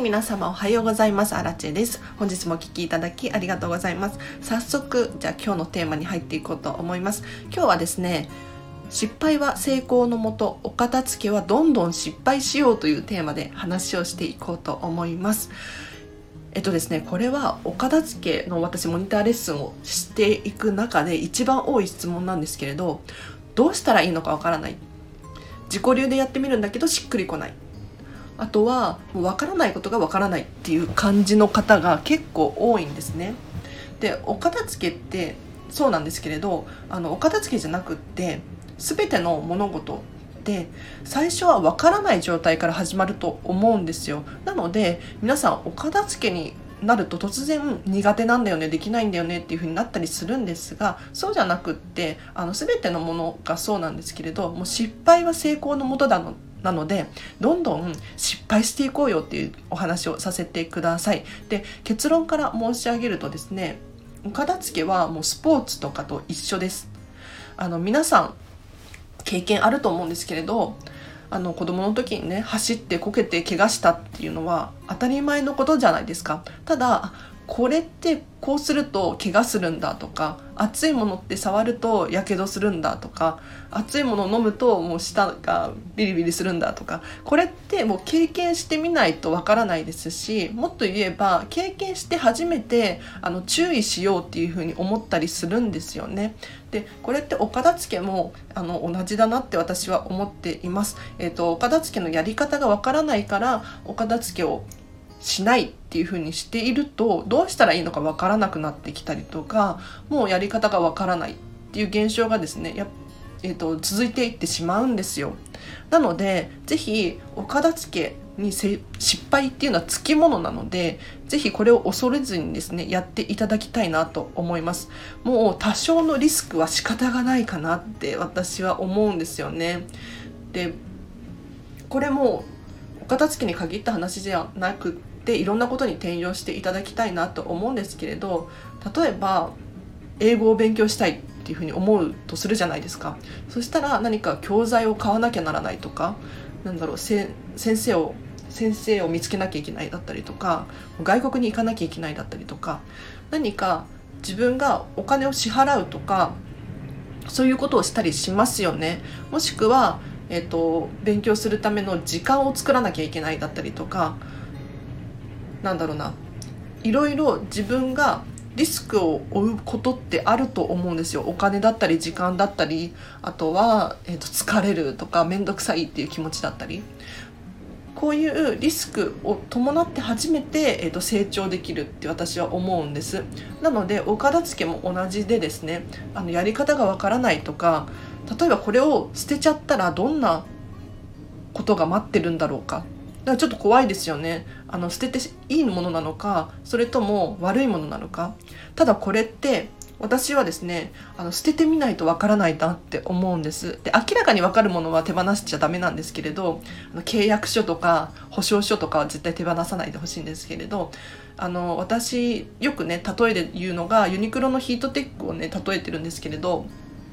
皆様おはようございます。アラチェです。本日もお聞きいただきありがとうございます。早速じゃあ今日のテーマに入っていこうと思います。今日はですね、失敗は成功のもと、お片付けはどんどん失敗しようというテーマで話をしていこうと思います。ですね、これはお片付けの私モニターレッスンをしていく中で一番多い質問なんですけれど、どうしたらいいのかわからない、自己流でやってみるんだけどしっくりこない、あとはもう分からないことが分からないっていう感じの方が結構多いんですね。で、お片付けってそうなんですけれど、お片付けじゃなくって全ての物事で最初は分からない状態から始まると思うんですよ。なので皆さんお片付けになると突然苦手なんだよね、できないんだよねっていう風になったりするんですが、そうじゃなくって全てのものがそうなんですけれど、もう失敗は成功のもとなのでどんどん失敗していこうよっていうお話をさせてください。で、結論から申し上げるとですね、お片付けはもうスポーツとかと一緒です。皆さん経験あると思うんですけれど、子供の時にね、走ってこけて怪我したっていうのは当たり前のことじゃないですか。ただこれってこうすると怪我するんだとか、熱いものって触るとやけどするんだとか、熱いものを飲むともう舌がビリビリするんだとか、これってもう経験してみないとわからないですし、もっと言えば経験して初めて注意しようっていうふうに思ったりするんですよね。で、これってお片付けも同じだなって私は思っています。お片付けのやり方がわからないからお片付けをしないっていう風にしていると、どうしたらいいのかわからなくなってきたりとか、もうやり方がわからないっていう現象がですね、続いていってしまうんですよ。なのでぜひお片付けに失敗っていうのはつきものなので、ぜひこれを恐れずにですねやっていただきたいなと思います。もう多少のリスクは仕方がないかなって私は思うんですよね。で、これもお片付けに限った話じゃなくっていろんなことに転用していただきたいなと思うんですけれど、例えば英語を勉強したいっていうふうに思うとするじゃないですか。そしたら何か教材を買わなきゃならないとか、先生を見つけなきゃいけないだったりとか、外国に行かなきゃいけないだったりとか、何か自分がお金を支払うとか、そういうことをしたりしますよね。もしくは勉強するための時間を作らなきゃいけないだったりとか、いろいろ自分がリスクを負うことってあると思うんですよ。お金だったり時間だったり、あとは、疲れるとかめんどくさいっていう気持ちだったり、こういうリスクを伴って初めて、成長できるって私は思うんです。なのでお片付けも同じでですね、やり方がわからないとか、例えばこれを捨てちゃったらどんなことが待ってるんだろうか、だからちょっと怖いですよね。捨てていいものなのか、それとも悪いものなのか。ただこれって私はですね、捨ててみないとわからないなって思うんです。で、明らかにわかるものは手放しちゃダメなんですけれど、契約書とか保証書とかは絶対手放さないでほしいんですけれど、私よくね例えで言うのがユニクロのヒートテックをね例えてるんですけれど、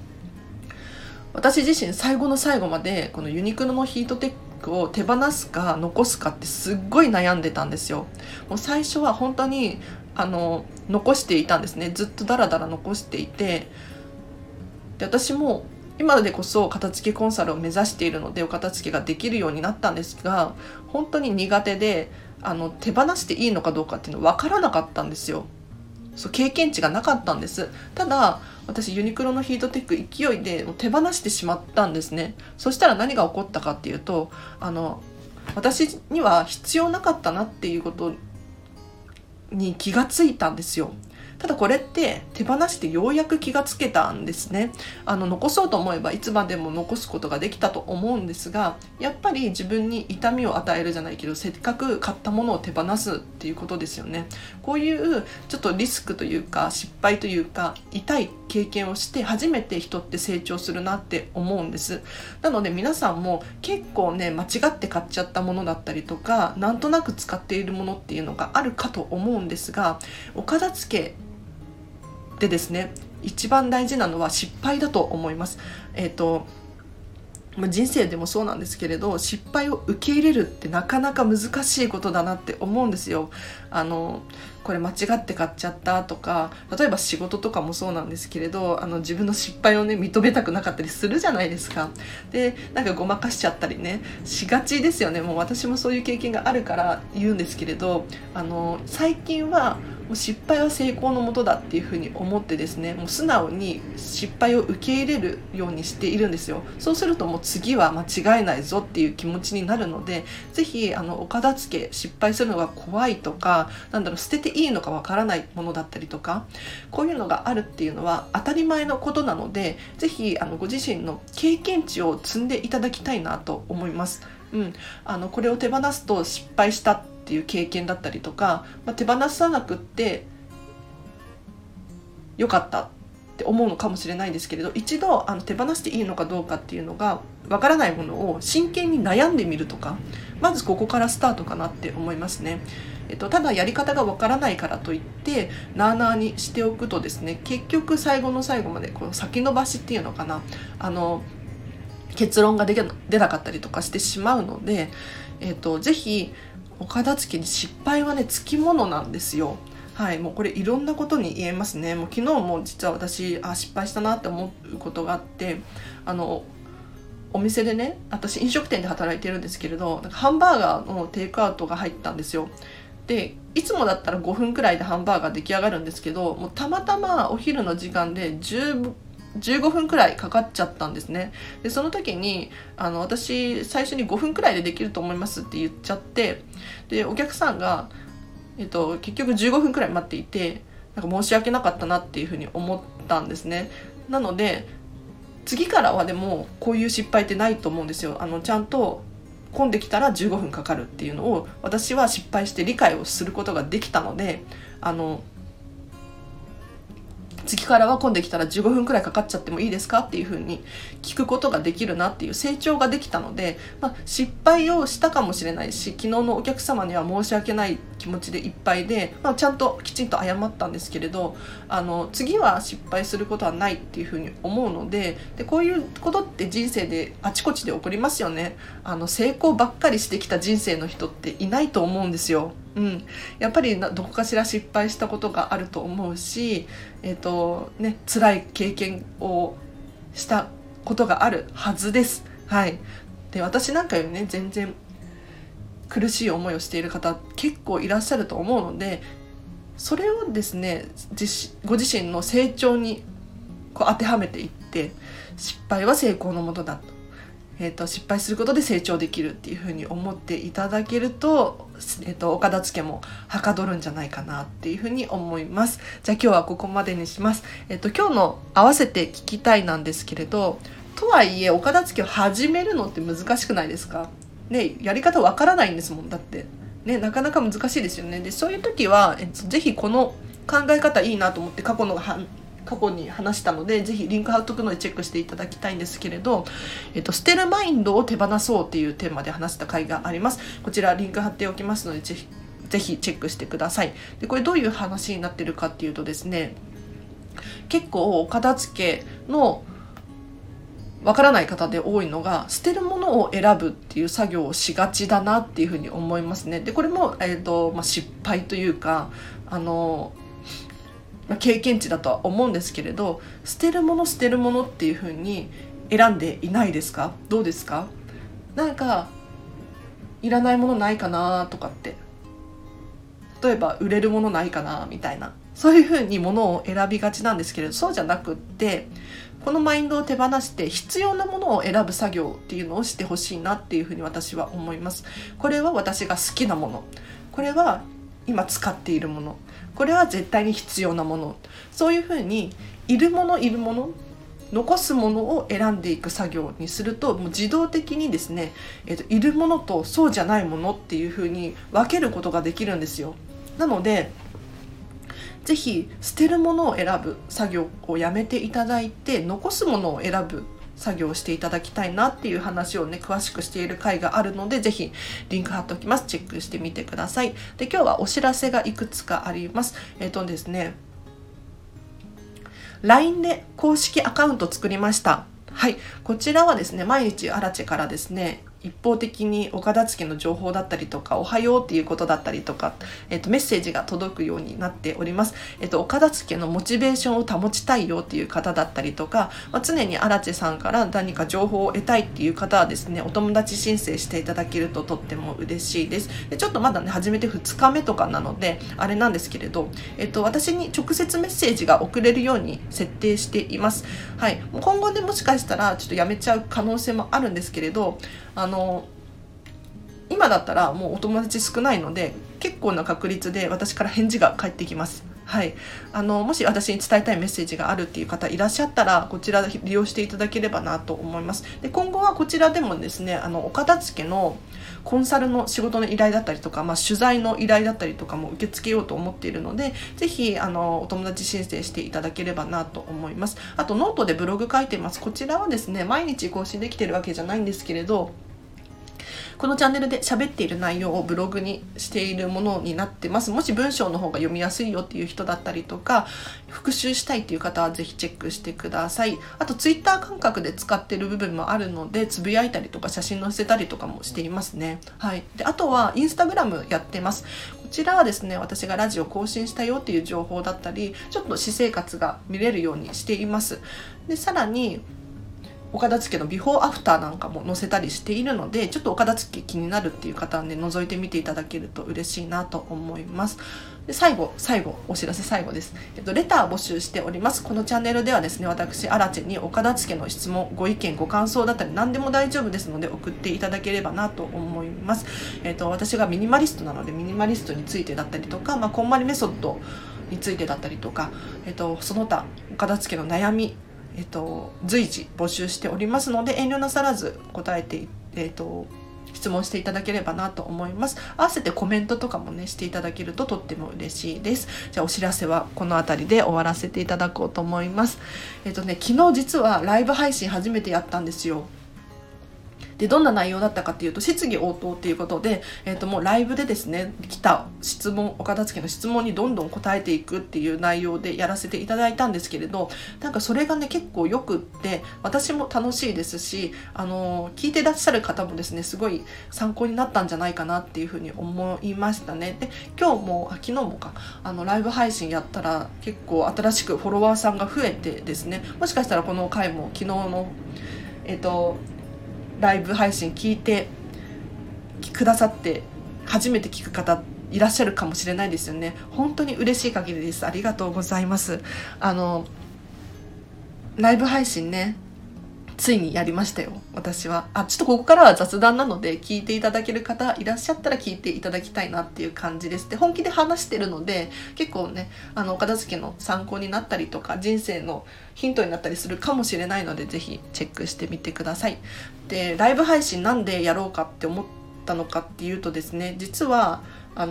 私自身最後の最後までこのユニクロのヒートテックを手放すか残すかってすっごい悩んでたんですよ。もう最初は本当に残していたんですね。ずっとダラダラ残していて、で、私も今でこそ片付けコンサルを目指しているのでお片付けができるようになったんですが、本当に苦手で手放していいのかどうかっていうの分からなかったんですよ。そう、経験値がなかったんです。ただ私ユニクロのヒートテック勢いで手放してしまったんですね。そしたら何が起こったかっていうと、私には必要なかったなっていうことに気がついたんですよ。ただこれって手放してようやく気がつけたんですね。残そうと思えばいつまでも残すことができたと思うんですが、やっぱり自分に痛みを与えるじゃないけど、せっかく買ったものを手放すっていうことですよね。こういうちょっとリスクというか失敗というか痛い経験をして初めて人って成長するなって思うんです。なので皆さんも結構ね間違って買っちゃったものだったりとか、なんとなく使っているものっていうのがあるかと思うんですが、お片付けでですね、一番大事なのは失敗だと思います。 人生でもそうなんですけれど、失敗を受け入れるってなかなか難しいことだなって思うんですよ。これ間違って買っちゃったとか、例えば仕事とかもそうなんですけれど、自分の失敗をね認めたくなかったりするじゃないですか。でなんかごまかしちゃったりねしがちですよね。もう私もそういう経験があるから言うんですけれど、最近はもう失敗は成功のもとだっていうふうに思ってですね、もう素直に失敗を受け入れるようにしているんですよ。そうするともう次は間違えないぞっていう気持ちになるので、ぜひお片付け、失敗するのが怖いとか、捨てていいのかわからないものだったりとか、こういうのがあるっていうのは当たり前のことなので、ぜひご自身の経験値を積んでいただきたいなと思います。これを手放すと失敗したっていう経験だったりとか、手放さなくってよかったって思うのかもしれないんですけれど、一度手放していいのかどうかっていうのがわからないものを真剣に悩んでみるとか、まずここからスタートかなって思いますね。ただやり方がわからないからといってなあなあにしておくとですね、結局最後の最後までこの先延ばしっていうのかな、結論が出なかったりとかしてしまうので、ぜひお片付けに失敗はねつきものなんですよ。はい、もうこれいろんなことに言えますね。もう昨日も実は私失敗したなって思うことがあって、お店でね、私飲食店で働いてるんですけれど、ハンバーガーのテイクアウトが入ったんですよ。でいつもだったら5分くらいでハンバーガー出来上がるんですけど、もうたまたまお昼の時間で15分くらいかかっちゃったんですね。でその時に私最初に5分くらいでできると思いますって言っちゃって、でお客さんが、結局15分くらい待っていて、なんか申し訳なかったなっていうふうに思ったんですね。なので次からはでもこういう失敗ってないと思うんですよ。ちゃんと混んできたら15分かかるっていうのを私は失敗して理解をすることができたので、次からは混んできたら15分くらいかかっちゃってもいいですかっていう風に聞くことができるなっていう成長ができたので、失敗をしたかもしれないし、昨日のお客様には申し訳ない気持ちでいっぱいで、ちゃんときちんと謝ったんですけれど、次は失敗することはないっていう風に思うので、こういうことって人生であちこちで起こりますよね。成功ばっかりしてきた人生の人っていないと思うんですよ。やっぱりどこかしら失敗したことがあると思うし、辛い経験をしたことがあるはずです。はい。で、私なんかよりね全然苦しい思いをしている方結構いらっしゃると思うので、それをですねご自身の成長に当てはめていって、失敗は成功のもとだと、失敗することで成長できるっていう風に思っていただけると、お片付けもはかどるんじゃないかなっていう風に思います。じゃあ今日はここまでにします。今日の合わせて聞きたいなんですけれど、とはいえお片付けを始めるのって難しくないですかね。やり方わからないんですもん。だってね、なかなか難しいですよね。でそういう時はぜひこの考え方いいなと思って過去に話したので、ぜひリンク貼っとくのでチェックしていただきたいんですけれど、捨てるマインドを手放そうっていうテーマで話した回があります。こちらリンク貼っておきますので、ぜひチェックしてください。でこれどういう話になってるかっていうとですね、結構お片付けのわからない方で多いのが、捨てるものを選ぶっていう作業をしがちだなっていうふうに思いますね。でこれも、失敗というか経験値だとは思うんですけれど、捨てるものっていう風に選んでいないですか？どうですか？なんかいらないものないかなとかって、例えば売れるものないかなみたいな、そういう風にものを選びがちなんですけれど、そうじゃなくって、このマインドを手放して必要なものを選ぶ作業っていうのをしてほしいなっていう風に私は思います。これは私が好きなもの、これは今使っているもの、これは絶対に必要なもの、そういうふうにいるもの残すものを選んでいく作業にすると、もう自動的にですね、いるものとそうじゃないものっていうふうに分けることができるんですよ。なのでぜひ捨てるものを選ぶ作業をやめていただいて、残すものを選ぶ作業をしていただきたいなっていう話をね詳しくしている回があるので、ぜひリンク貼っておきます。チェックしてみてください。で今日はお知らせがいくつかあります。ですね LINE で公式アカウント作りました。 はい、こちらはですね、毎日アラチェからですね、一方的にお片付けの情報だったりとか、おはようっていうことだったりとか、メッセージが届くようになっております。お片付けのモチベーションを保ちたいよっていう方だったりとか、常にアラチェさんから何か情報を得たいっていう方はですね、お友達申請していただけるととっても嬉しいです。でちょっとまだね、始めて2日目とかなので、あれなんですけれど、私に直接メッセージが送れるように設定しています。はい、今後でもしかしたらちょっとやめちゃう可能性もあるんですけれど、今だったらもうお友達少ないので結構な確率で私から返事が返ってきます。はい、もし私に伝えたいメッセージがあるっていう方いらっしゃったら、こちら利用していただければなと思います。で今後はこちらでもですね、お片付けのコンサルの仕事の依頼だったりとか、取材の依頼だったりとかも受け付けようと思っているので、ぜひお友達申請していただければなと思います。あとノートでブログ書いてます。こちらはですね、毎日更新できてるわけじゃないんですけれど、このチャンネルで喋っている内容をブログにしているものになってます。もし文章の方が読みやすいよっていう人だったりとか、復習したいっていう方はぜひチェックしてください。あとツイッター感覚で使ってる部分もあるので、つぶやいたりとか写真載せたりとかもしていますね。はい。であとはインスタグラムやってます。こちらはですね、私がラジオ更新したよっていう情報だったり、ちょっと私生活が見れるようにしています。でさらにお片付けのビフォーアフターなんかも載せたりしているので、ちょっとお片付け気になるっていう方はね、覗いてみていただけると嬉しいなと思います。で最後お知らせ最後です。レター募集しております。このチャンネルではですね、私アラチェにお片付けの質問、ご意見、ご感想だったり何でも大丈夫ですので送っていただければなと思います。私がミニマリストなので、ミニマリストについてだったりとか、こんまりメソッドについてだったりとか、その他お片付けの悩み、随時募集しておりますので、遠慮なさらず答えて、質問していただければなと思います。合わせてコメントとかもねしていただけるととっても嬉しいです。じゃあお知らせはこの辺りで終わらせていただこうと思います。昨日実はライブ配信初めてやったんですよ。でどんな内容だったかっていうと、質疑応答っていうことで、もうライブでですね、来た質問、お片付けの質問にどんどん答えていくっていう内容でやらせていただいたんですけれど、なんかそれがね結構よくって、私も楽しいですし、聞いてらっしゃる方もですね、すごい参考になったんじゃないかなっていうふうに思いましたね。で昨日もかライブ配信やったら結構新しくフォロワーさんが増えてですね、もしかしたらこの回も昨日のライブ配信聞いてくださって初めて聞く方いらっしゃるかもしれないですよね。本当に嬉しい限りです。ありがとうございます。ライブ配信ね、ついにやりましたよ、私は。ちょっとここからは雑談なので、聞いていただける方いらっしゃったら聞いていただきたいなっていう感じです。で本気で話してるので、結構ねお片付けの参考になったりとか、人生のヒントになったりするかもしれないので、ぜひチェックしてみてください。でライブ配信なんでやろうかって思ったのかっていうとですね、実は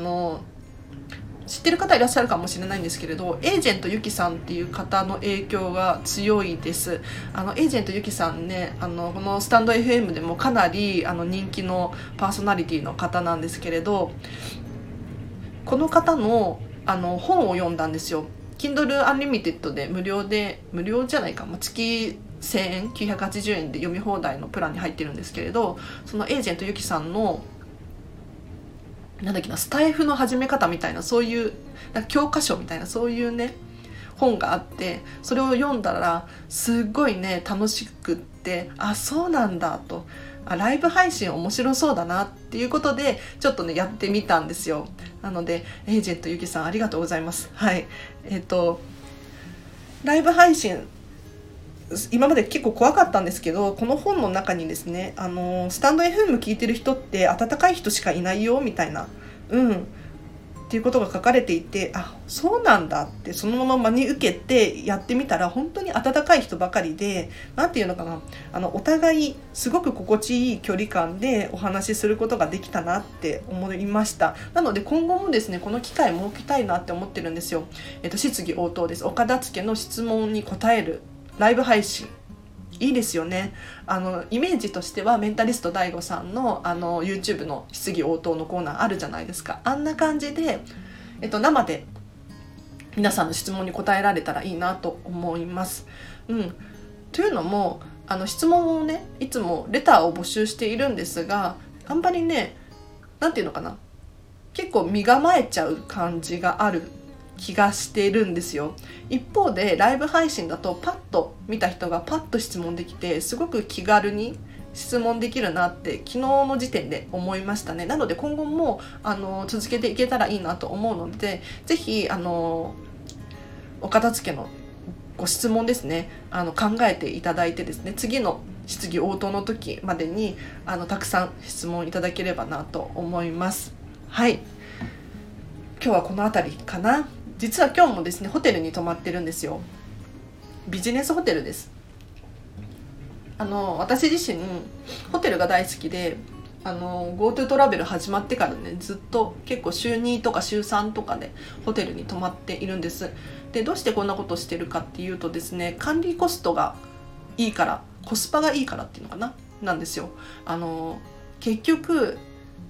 知ってる方いらっしゃるかもしれないんですけれど、エージェントゆきさんっていう方の影響が強いです。エージェントゆきさんね、このスタンド FM でもかなり人気のパーソナリティの方なんですけれど、この方の本を読んだんですよ。Kindle Unlimited で無料じゃないか、月1000円980円で読み放題のプランに入ってるんですけれど、そのエージェントゆきさんのスタイフの始め方みたいな、そういう教科書みたいな、そういうね本があって、それを読んだらすごいね楽しくって、そうなんだと、ライブ配信面白そうだなっていうことでちょっとねやってみたんですよ。なのでエージェントゆきさんありがとうございます。はい、ライブ配信今まで結構怖かったんですけど、この本の中にですね、スタンド FM 聞いてる人って温かい人しかいないよみたいな、っていうことが書かれていて、そうなんだって、そのまま真に受けてやってみたら本当に温かい人ばかりで、なんていうのかな、お互いすごく心地いい距離感でお話しすることができたなって思いました。なので今後もですね、この機会を設けたいなって思ってるんですよ。質疑応答です。お片付けの質問に答えるライブ配信いいですよね。イメージとしてはメンタリスト DAIGO さんのYouTube の質疑応答のコーナーあるじゃないですか。あんな感じで、生で皆さんの質問に答えられたらいいなと思います。というのも質問をねいつもレターを募集しているんですが、あんまりねなんていうのかな、結構身構えちゃう感じがある気がしているんですよ。一方でライブ配信だとパッと見た人がパッと質問できて、すごく気軽に質問できるなって昨日の時点で思いましたね。なので今後も続けていけたらいいなと思うので、ぜひお片付けのご質問ですね、考えていただいてですね、次の質疑応答の時までにたくさん質問いただければなと思います。はい、今日はこの辺りかな。実は今日もですねホテルに泊まってるんですよ。ビジネスホテルです。私自身ホテルが大好きで、GoTo トラベル始まってからねずっと結構週2とか週3とかでホテルに泊まっているんです。でどうしてこんなことしてるかっていうとですね、管理コストがいいから、コスパがいいからっていうのかな、なんですよ。結局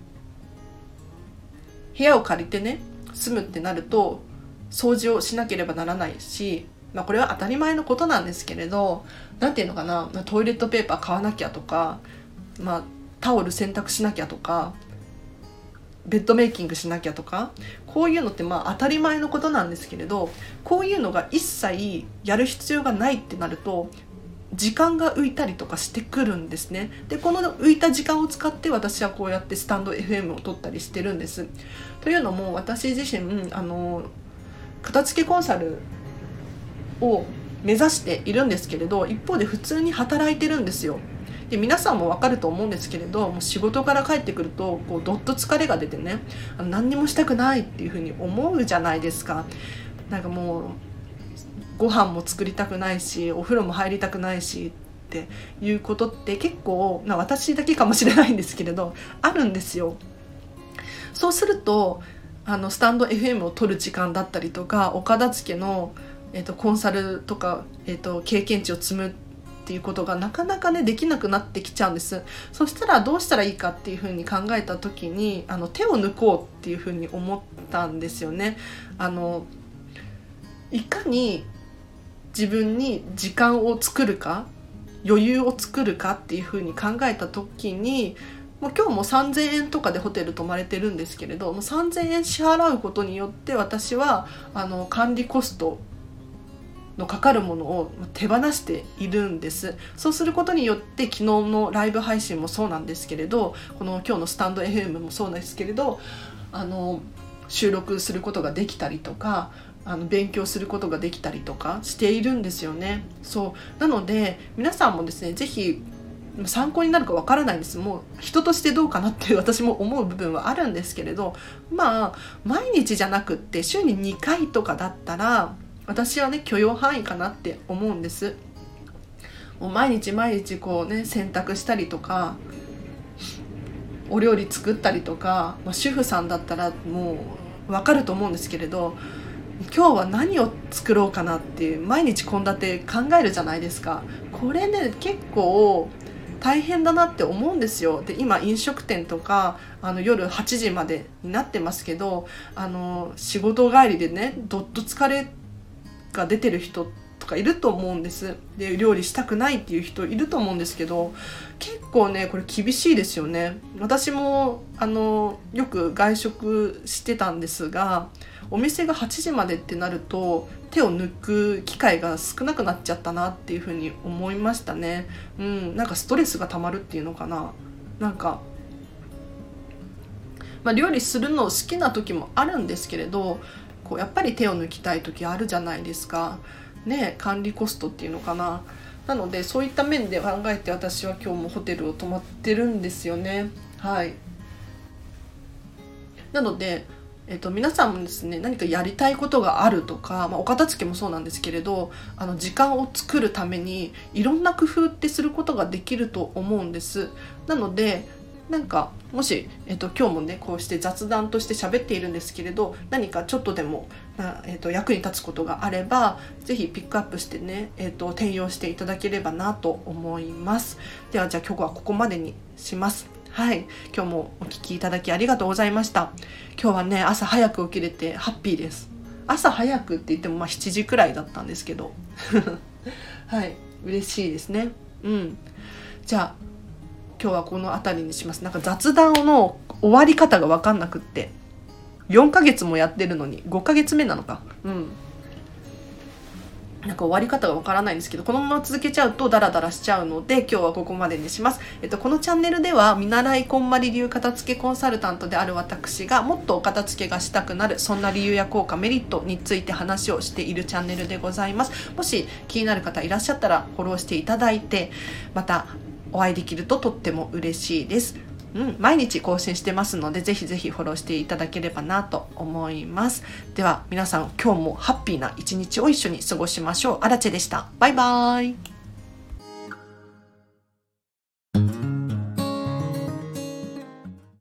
部屋を借りてね住むってなると掃除をしなければならないし、これは当たり前のことなんですけれど、なんていうのかな、トイレットペーパー買わなきゃとか、タオル洗濯しなきゃとか、ベッドメイキングしなきゃとか、こういうのって当たり前のことなんですけれど、こういうのが一切やる必要がないってなると時間が浮いたりとかしてくるんですね。でこの浮いた時間を使って私はこうやってスタンド FM を撮ったりしてるんです。というのも私自身片付けコンサルを目指しているんですけれど、一方で普通に働いてるんですよ。で皆さんも分かると思うんですけれど、もう仕事から帰ってくるとどっと疲れが出てね、何にもしたくないっていうふうに思うじゃないですか。なんかもうご飯も作りたくないし、お風呂も入りたくないしっていうことって結構私だけかもしれないんですけれどあるんですよ。そうするとスタンド FM を取る時間だったりとか、お片付けの、コンサルとか、経験値を積むっていうことがなかなかねできなくなってきちゃうんです。そしたらどうしたらいいかっていうふうに考えた時に手を抜こうっていうふうに思ったんですよね。いかに自分に時間を作るか、余裕を作るかっていうふうに考えた時に、もう今日も3000円とかでホテル泊まれてるんですけれど、もう3000円支払うことによって私は管理コストのかかるものを手放しているんです。そうすることによって昨日のライブ配信もそうなんですけれど、この今日のスタンド FM もそうですけれど、収録することができたりとか勉強することができたりとかしているんですよね。そうなので皆さんもですね、ぜひ参考になるかわからないんです。もう人としてどうかなって私も思う部分はあるんですけれど、毎日じゃなくって週に2回とかだったら私はね許容範囲かなって思うんです。もう毎日洗濯したりとかお料理作ったりとか、主婦さんだったらもうわかると思うんですけれど、今日は何を作ろうかなっていう毎日献立考えるじゃないですか。これね結構大変だなって思うんですよ。で今飲食店とか夜8時までになってますけど、仕事帰りでねどっと疲れが出てる人とかいると思うんです。で料理したくないっていう人いると思うんですけど、結構ねこれ厳しいですよね。私もよく外食してたんですが、お店が8時までってなると手を抜く機会が少なくなっちゃったなっていうふうに思いましたね。なんかストレスがたまるっていうのかな。なんか料理するの好きな時もあるんですけれど、やっぱり手を抜きたい時あるじゃないですかね。管理コストっていうのかな。なのでそういった面で考えて私は今日もホテルを泊まってるんですよね。はい。なので皆さんもですね、何かやりたいことがあるとか、お片付けもそうなんですけれど、時間を作るためにいろんな工夫ってすることができると思うんです。なのでなんかもし、今日もねこうして雑談として喋っているんですけれど、何かちょっとでも、役に立つことがあればぜひピックアップしてね、転用していただければなと思います。ではじゃあ今日はここまでにします。はい、今日もお聞きいただきありがとうございました。今日はね朝早く起きれてハッピーです。朝早くって言っても7時くらいだったんですけどはい、嬉しいですね。 じゃあ今日はこの辺りにします。なんか雑談の終わり方が分かんなくって、4ヶ月もやってるのに5ヶ月目なのか、なんか終わり方がわからないんですけど、このまま続けちゃうとダラダラしちゃうので今日はここまでにします。このチャンネルでは見習いこんまり流片付けコンサルタントである私がもっとお片付けがしたくなる、そんな理由や効果メリットについて話をしているチャンネルでございます。もし気になる方いらっしゃったらフォローしていただいて、またお会いできるととっても嬉しいです。毎日更新してますので、ぜひぜひフォローしていただければなと思います。では皆さん、今日もハッピーな一日を一緒に過ごしましょう。アラチェでした。バイバイ。